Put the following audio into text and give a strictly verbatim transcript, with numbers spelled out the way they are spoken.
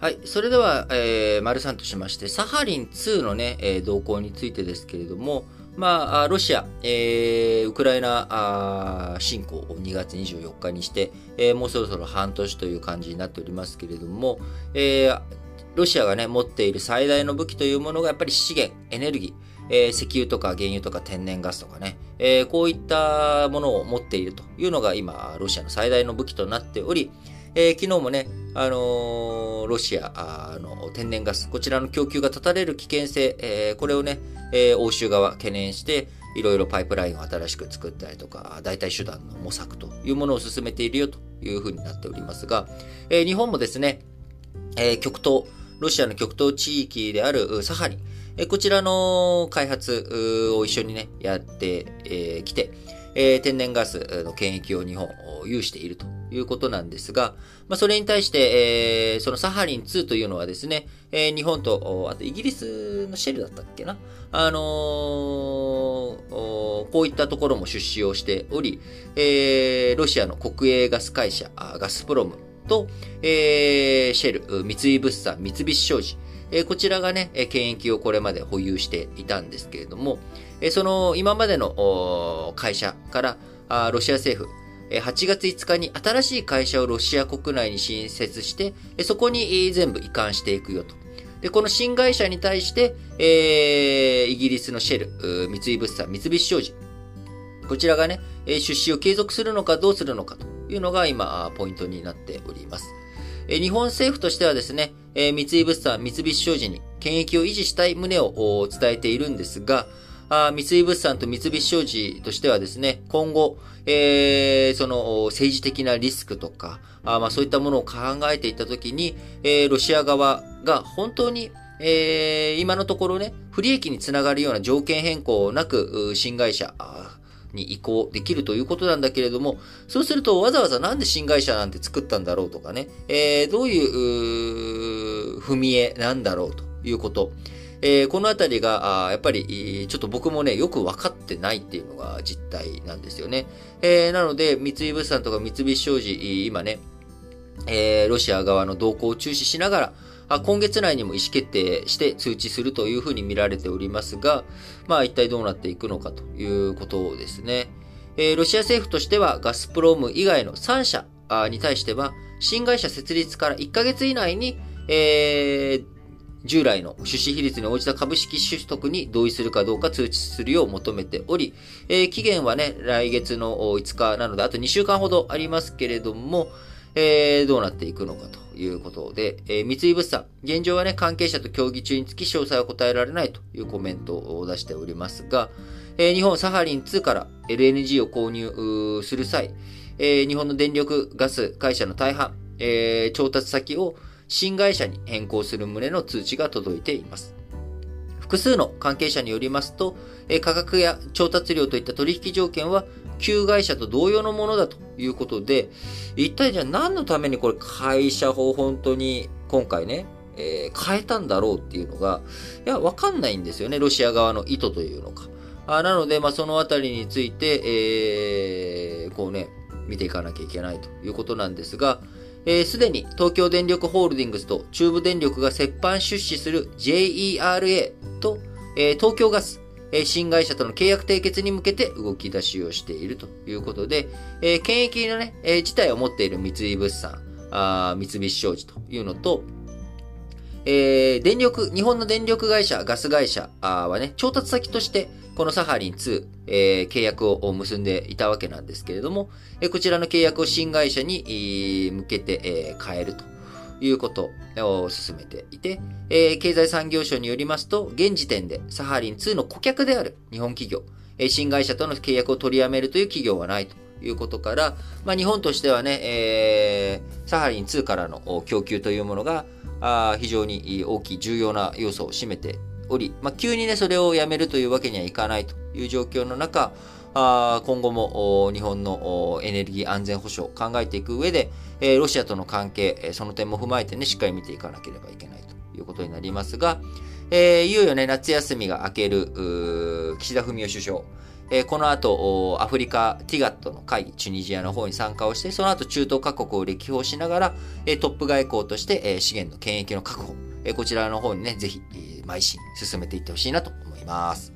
はい。それでは、えー、丸さんとしまして、サハリンツーのね、えー、動向についてですけれども、まあ、ロシア、えー、ウクライナあ侵攻をにがつにじゅうよっかにして、えー、もうそろそろ半年という感じになっておりますけれども、えー、ロシアがね、持っている最大の武器というものがやっぱり資源、エネルギー、えー、石油とか原油とか天然ガスとかね、えー、こういったものを持っているというのが今、ロシアの最大の武器となっており、えー、昨日もね、あのー、ロシアの天然ガス、こちらの供給が断たれる危険性、えー、これをね、えー、欧州側懸念して、いろいろパイプラインを新しく作ったりとか、代替手段の模索というものを進めているよというふうになっておりますが、えー、日本もですね、えー、極東、ロシアの極東地域であるサハリン、えー、こちらの開発を一緒にね、やってき、えー、て、えー、天然ガスの権益を日本有しているということなんですが、まあ、それに対して、えー、そのサハリンツーというのはですね、えー、日本と、あとイギリスのシェルだったっけな、あのー、こういったところも出資をしており、えー、ロシアの国営ガス会社、ガスプロムと、えー、シェル、三井物産、三菱商事、えー、こちらがね、権益をこれまで保有していたんですけれども、その今までの会社からロシア政府、はちがついつかに新しい会社をロシア国内に新設して、そこに全部移管していくよと。で、この新会社に対して、えー、イギリスのシェル、三井物産、三菱商事、こちらがね、出資を継続するのかどうするのかというのが今、ポイントになっております。日本政府としてはですね、三井物産、三菱商事に権益を維持したい旨を伝えているんですが、三井物産と三菱商事としてはですね、今後、えー、その政治的なリスクとか、あまあそういったものを考えていったときに、えー、ロシア側が本当に、えー、今のところね、不利益につながるような条件変更なく、新会社に移行できるということなんだけれども、そうするとわざわざなんで新会社なんて作ったんだろうとかね、えー、どういう、う踏み絵なんだろうということ。えー、このあたりが、やっぱり、ちょっと僕もね、よく分かってないっていうのが実態なんですよね。えー、なので、三井物産とか三菱商事、今ね、えー、ロシア側の動向を注視しながら、今月内にも意思決定して通知するというふうに見られておりますが、まあ一体どうなっていくのかということですね。えー、ロシア政府としてはガスプローム以外のさん社に対しては、新会社設立からいっかげつ以内に、えー、従来の出資比率に応じた株式取得に同意するかどうか通知するよう求めており、えー、期限はね、来月のいつかなので、あとにしゅうかんほどありますけれども、えー、どうなっていくのかということで、えー、三井物産、現状はね、関係者と協議中につき詳細は答えられないというコメントを出しておりますが、えー、日本サハリンツーから エルエヌジー を購入する際、えー、日本の電力ガス会社の大半、えー、調達先を新会社に変更する旨の通知が届いています。複数の関係者によりますと、価格や調達量といった取引条件は旧会社と同様のものだということで、一体じゃあ何のためにこれ会社法を本当に今回ね、えー、変えたんだろうっていうのが、いや、わかんないんですよね。ロシア側の意図というのか。あなので、まあ、そのあたりについて、えー、こうね、見ていかなきゃいけないということなんですが、す、えー、でに東京電力ホールディングスと中部電力が折半出資する ジェイイーアールエー と、えー、東京ガス、えー、新会社との契約締結に向けて動き出しをしているということで、えー、権益のね、えー、自体を持っている三井物産、あ三菱商事というのと、えー、電力、日本の電力会社、ガス会社はね、調達先として、このサハリンツー、えー、契約を結んでいたわけなんですけれども、えー、こちらの契約を新会社に、えー、向けて、えー、変えるということを進めていて、えー、経済産業省によりますと、現時点でサハリンツーの顧客である日本企業、えー、新会社との契約を取りやめるという企業はないということから、まあ、日本としてはね、えー、サハリンツーからの供給というものが、あ非常に大きい重要な要素を占めており、まあ、急にね、それをやめるというわけにはいかないという状況の中、あ今後も日本のエネルギー安全保障を考えていく上で、えー、ロシアとの関係、その点も踏まえてね、しっかり見ていかなければいけないということになりますが、えー、いよいよね、夏休みが明ける、岸田文雄首相、 えー、この後、アフリカ、ティガットの会議、チュニジアの方に参加をして、その後中東各国を歴訪しながら、えー、トップ外交として、えー、資源の権益の確保、えー、こちらの方にね、ぜひ、えー、邁進、進めていってほしいなと思います。